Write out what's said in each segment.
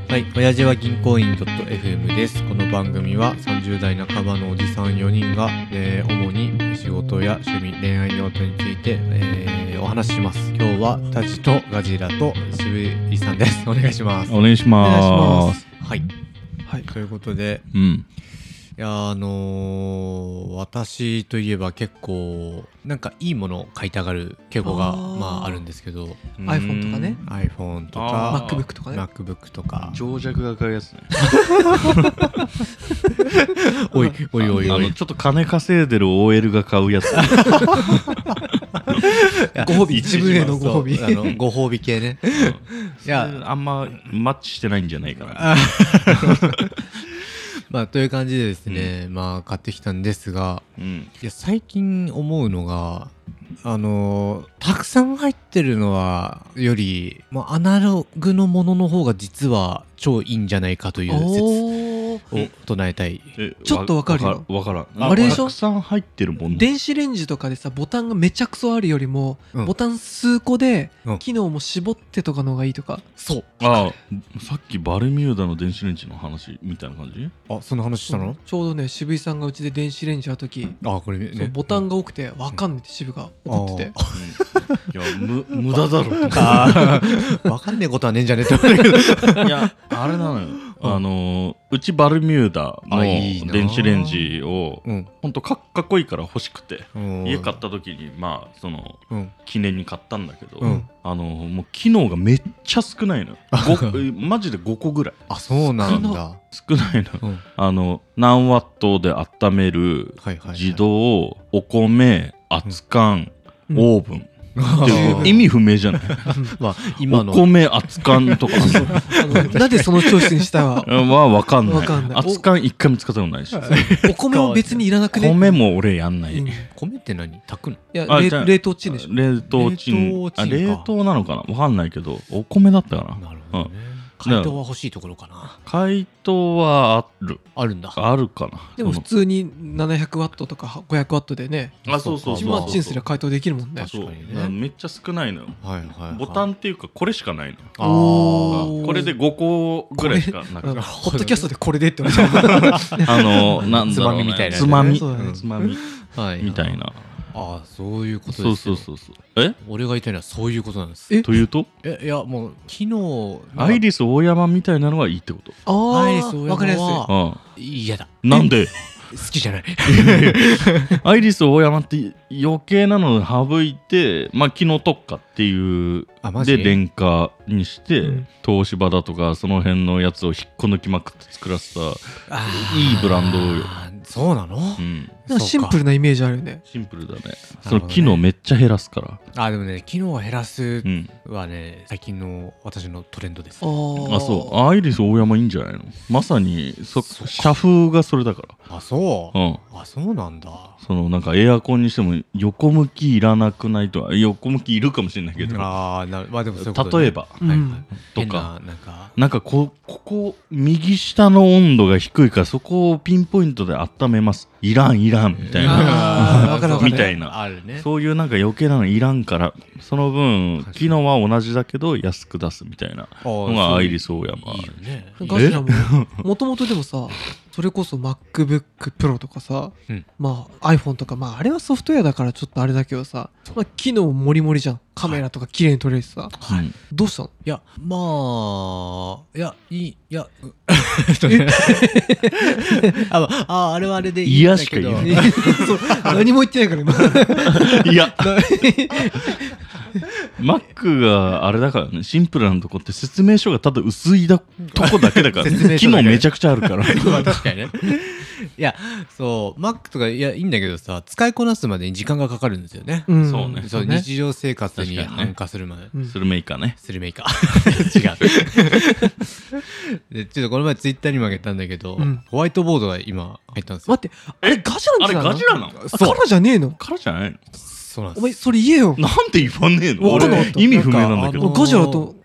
はい、親父は銀行員 .fm です。この番組は30代半ばのおじさん4人が、主に仕事や趣味、恋愛用途について、お話しします。今日はタジとガジラと渋井さんです。お願いします。 お願いします。 はい、はい、ということで、いや私といえば結構なんかいいものを買いたがる傾向があるんですけど、 iPhone とかね、 iPhone とか MacBook とかね、 MacBook とか情弱が買うやつね。 おいおいおいおい、 ちょっと金稼いでる OL が買うやつ。 ご褒美、自分へのご褒美、 ご褒美系ね。 いや、あんまマッチしてないんじゃないかな。 という感じでですね、買ってきたんですが、いや最近思うのが、たくさん入ってるのはより、アナログのものの方が実は超いいんじゃないかという説を唱えたい。 ちょっとわかるよ。 わからん。 あれでしょ、 たくさん入ってるもん。 電子レンジとかでさ、ボタンがめちゃくそあるよりも、ボタン数個で機能も絞ってとかの方がいいとか。 そう。 さっきバルミューダの電子レンジの話みたいな感じ？ その話したの？ ちょうどね、渋井さんがうちで電子レンジやるとき、 これね、 ボタンが多くてわかんないって渋が怒ってて。 いや、無駄だろ。 わかんねえことはねえんじゃねえって思うんだけど。 いや、あれなのよ。うちバルミューダの電子レンジをほんとかっこいいから欲しくて、家買った時にその記念に買ったんだけど、もう機能がめっちゃ少ないの。マジで5個ぐらい。 そうなんだ。 少ないの。何ワットで温める、自動、お米、熱燗、オーブン。意味不明じゃない？今のお米熱燗とかなんでそのチョイスにしたわわかんない。熱燗一回も使ったことないし、 お米も別にいらなくね？ 米も俺やんない。 米って何？炊くの？ いや、冷凍チンでしょ。 冷凍チン。冷凍なのかな、わかんないけどお米だったかな。 なるほどね。解凍は欲しいところかな。 解凍はあるんだ。 あるかな。 でも普通に700ワットとか500ワットでね、 そう 1万チンすれば解凍できるもんね。 確かにね。めっちゃ少ないのよ。ボタンっていうかこれしかないの。これで5個ぐらいしかなくて、 ホットキャストでこれでって言われた。 つまみみたいな。つまみみたいな。 そういうことですよ。 そう。 俺が言いたいのはそういうことなんです。 というと？ いやもう昨日アイリスオーヤマみたいなのはいいってこと？ アイリスオーヤマは嫌だ。 なんで？ 好きじゃない。 アイリスオーヤマって余計なのを省いて、機能特化っていうで廉価にして、東芝だとかその辺のやつを引っこ抜きまくって作らせたいいブランドよ。 そうなの？ シンプルなイメージあるよね。 シンプルだね。その機能めっちゃ減らすから。 でもね、機能を減らすはね、最近の私のトレンドです。 そう。アイリスオーヤマいいんじゃないの？まさに社風がそれだから。 そうなんだ。 そのなんかエアコンにしても横向きいらなくないとは、横向きいるかもしれないけど、 でもそう例えばとかなんかここ右下の温度が低いからそこをピンポイントで温めます、いらんみたいなみたいな、そういうなんか余計なのいらんから、その分機能は同じだけど安く出すみたいなのがアイリスオーヤマ。 ガジラもともとでもさ、それこそ MacBook Pro とかさ、iPhone とか、あれはソフトウェアだからちょっとあれだけどさ、機能もりもりじゃん。カメラとか綺麗に撮れるしさ、どうしたの？ いやあれはあれでいいんだけど、 何も言ってないから今。 いやMac があれだからね、シンプルなとこって説明書がただ薄いとこだけだから、機能めちゃくちゃあるから。 確かにね。いや、そう Mac とかいいんだけどさ、使いこなすまでに時間がかかるんですよね。 そうね。 日常生活に反化するまで。 スルメイカね。 スルメイカ。違う。でちょっとこの前ツイッターにもあげたんだけど、ホワイトボードが今入ったんですよ。 待って、あれガジラなんですか？ あれガジラなの？ カラじゃねえの？ カラじゃないの？ そうなんです。 お前それ言えよ。 なんで言わねえの？ 俺意味不明なんだけど。 ガジラと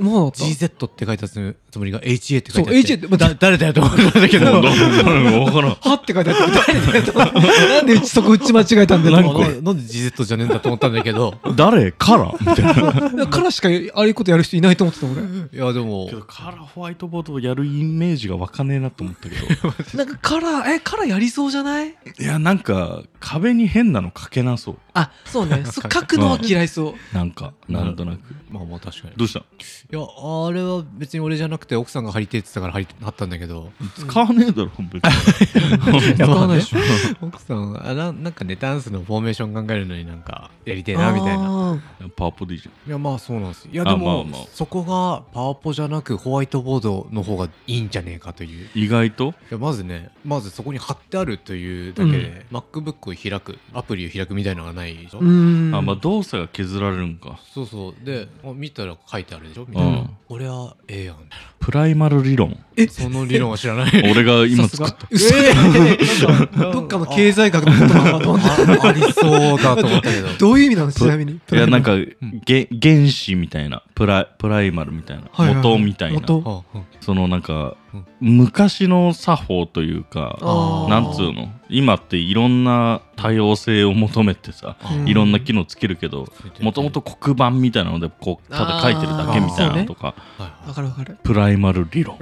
もう GZ って書いたつもりが HA って書そういてあって HA って誰だよと思ったんだけど分からん。 はって書いてあって誰だよとなんでそこ打ち間違えたんだよ何これなんで GZ じゃねえんだと思ったんだけど誰カラーみたいな。 からしかああいうことやる人いないと思ってた俺。 いやでもけどカラーホワイトボードをやるイメージがわかねえなと思ったけど。 なんかカラーやりそうじゃない？ いやなんか壁に変なの描けなそう。 あ、そうね。書くのは嫌いそう。 なんかなんとなく。 まあ確かにどうした？ いやあれは別に俺じゃなくて奥さんが貼りてって言ってたから貼ったんだけど使わねえだろ別に。 使わないでしょ。 奥さんなんかねダンスのフォーメーション考えるのになんかやりてえなみたいな。 パワポでいいじゃん。 いやまあそうなんですよ。いやでも、 まあそこがパワポじゃなくホワイトボードの方がいいんじゃねえかという。 意外と？ いやまずそこに貼ってあるというだけで、MacBook を開くアプリを開くみたいなのがないでしょ。 まあ動作が削られるんか。 そうで見たら書いてあるでしょみたいな。これはええやん。 プライマル理論。 その理論は知らない。 俺が今作った。 どっかの経済学の言葉だと思ってありそうだと思ったけど。 どういう意味なのちなみに。 いやなんか原子みたいなプライマルみたいな元みたいな。そのなんか昔の作法というかなんつうの今っていろんな多様性を求めてさいろんな機能つけるけどもともと黒板みたいなのでこうただ書いてるだけみたいなのとかわかるわかる。 プライマル理論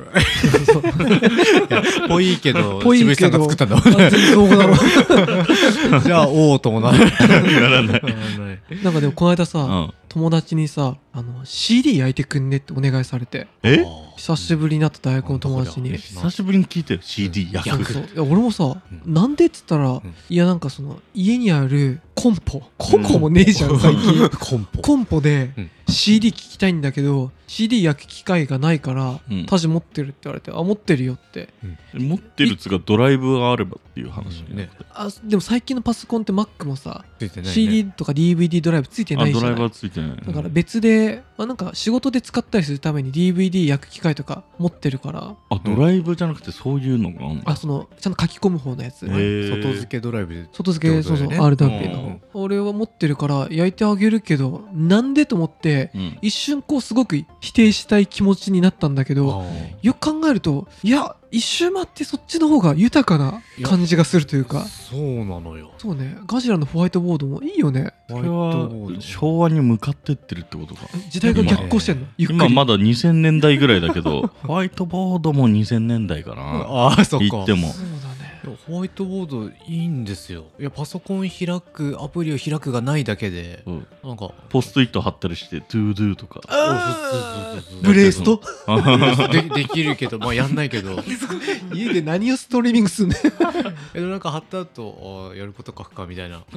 ぽいけど渋井さんが作ったんだもんね。じゃあおおともならない。 なんかでもこの間さ友達にさCD 焼いてくんねってお願いされて。久しぶりになった大学の友達に久しぶりに聞いてる CD 焼く。 俺もさなんでっつったらいやなんかその家にあるコンポもねえじゃん最近。コンポで CD 聞きたいんだけど CD 焼く機会がないからタジ持ってるって言われて持ってるよって持ってるっつうかドライブがあればっていう話ね。 でも最近のパソコンって Mac もさ CD とか DVD ドライブついてないじゃない。 ドライバーついてない。 だから別でなんか仕事で使ったりするために DVD 焼く機械とか持ってるから。 ドライブじゃなくてそういうのがあるの？ そのちゃんと書き込む方のやつ。 外付けドライブ。 外付けそう RW の俺は持ってるから焼いてあげるけどなんでと思って一瞬こうすごく否定したい気持ちになったんだけどよく考えるといや一周回ってそっちの方が豊かな感じがするというか。 そうなのよ。 そうね。ガジラのホワイトボードもいいよね。 これは昭和に向かってってるってことか。 時代が逆行してんの。 今まだ2000年代ぐらいだけどホワイトボードも2000年代かな。 そっか。 言ってもホワイトボードいいんですよ。いやパソコン開くアプリを開くがないだけで、なんかポストイット貼ったりしてトゥードゥとかブレーストできるけどやんないけど家で何をストリーミングすんねん。 なんか貼った後やること書くかみたいな。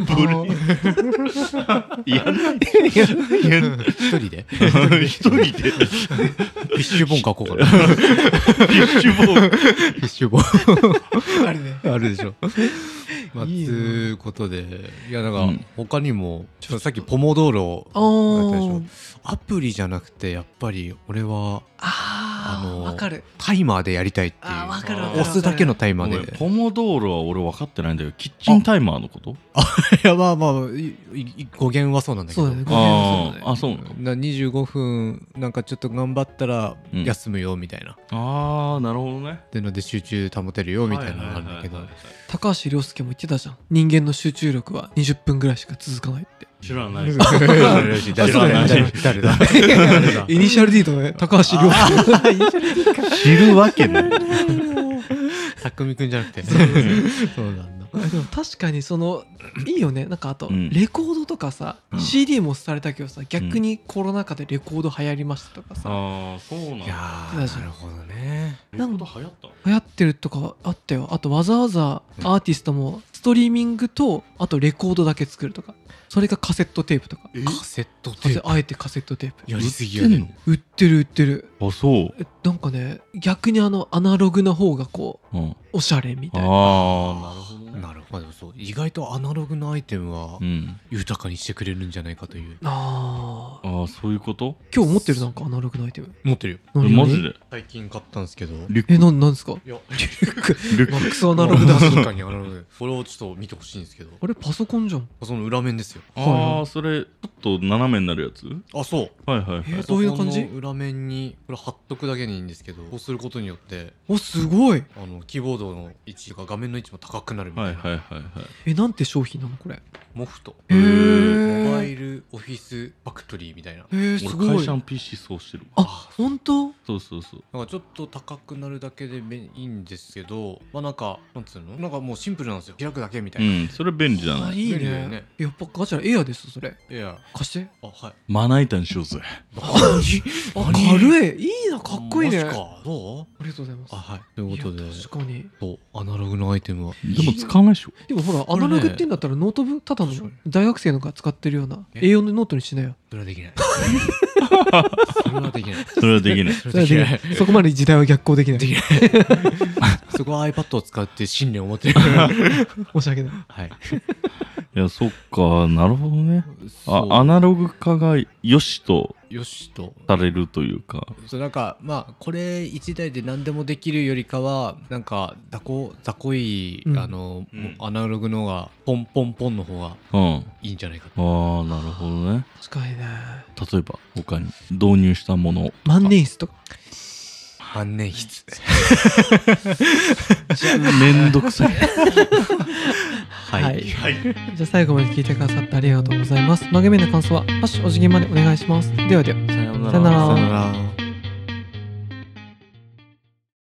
やんない一人でフィッシュボーン書こうかな。 フィッシュボーンあるね。 あるでしょ。つうことでいやなんか他にもさっきポモドーロアプリじゃなくてやっぱり俺はわかる。 タイマーでやりたいっていう押すだけのタイマーで。 ポモドーロは俺分かってないんだけどキッチンタイマーのこと？ いやまあ語源はそうなんだけど。 そうだね。語源はそうだ。25分なんかちょっと頑張ったら休むよみたいな。 なるほどね。 ってので集中保てるよみたいなのがあるんだけど。 高橋涼介も言ってたじゃん。人間の集中力は20分ぐらいしか続かないって。 知らない。 誰だイニシャル D とね、高橋涼介。知るわけない。 たくみくんじゃなくて。そうなんだ。 でも確かにいいよね。なんかあとレコードとかさ CD もされたけどさ逆にコロナ禍でレコード流行りましたとかさ。 そうなんだ。 なるほどね。 レコード流行った？ 流行ってるとかあったよ。あとわざわざアーティストもストリーミングとあとレコードだけ作るとか。それがカセットテープとか。 カセットテープ。 あえてカセットテープ。 やりすぎやね。 売ってる。 そう。 なんかね逆にアナログな方がこうおしゃれみたいな。 なるほど。 なるほど。意外とアナログのアイテムは豊かにしてくれるんじゃないかという。 でああ、そういうこと。 今日持ってるなんかアナログのアイテム。 持ってるよ。 マジで最近買ったんですけど。 なんですか。 いや、 リュックマックスアナログだ。 確かにアナログ。これをちょっと見てほしいんですけど。 あれパソコンじゃん。 その裏面ですよ。 ああ、それちょっと斜めになるやつ。 あ、そう。 はいはいはい。 どういう感じ。 裏面にこれ貼っとくだけでいいんですけど、こうすることによってすごい。 キーボードの位置とか画面の位置も高くなるみたいな。 はいはいはいはい。 なんて商品なのこれ。 モフト。 モバイルオフィスファクトリーみたいな。 すごい。 俺会社の PC そうしてる。 あ、本当。 そうそうそう。 なんかちょっと高くなるだけでいいんですけど、まあなんかなんつうの、なんかもうシンプルなんですよ。開くだけみたいな。 それ便利じゃない。 いいね。やっぱガチャエアですそれ。 エア貸して。 あ、はい。 まな板にしようぜ。 軽い。いいな、かっこいいね。 どう？ ありがとうございます。 はい。ということで、 確かに。 そうアナログのアイテムはでも使わないでしょ。 でもほらアナログって言うんだったらノートブただの大学生のが使ってるような A4 のノートにしなよ。 それはできない。それはできない。 それはできない。 そこまで時代は逆行できない。 そこは iPad を使うって信念を持ってる。 申し訳ない。 はい。 いや、そっか、なるほどね。アナログ化がよしとされるというか。 そう、なんかまあこれ一台で何でもできるよりかはなんか雑魚い、アナログのがポンポンポンの方がいいんじゃないかと。 ああ、なるほどね。 確かにね。 例えば他に導入したもの。 万年筆とか。 万年筆。 めんどくさい。 はい。じゃあ最後まで聞いてくださってありがとうございます。番組の感想はお辞儀までお願いします。ではでは。 さようなら。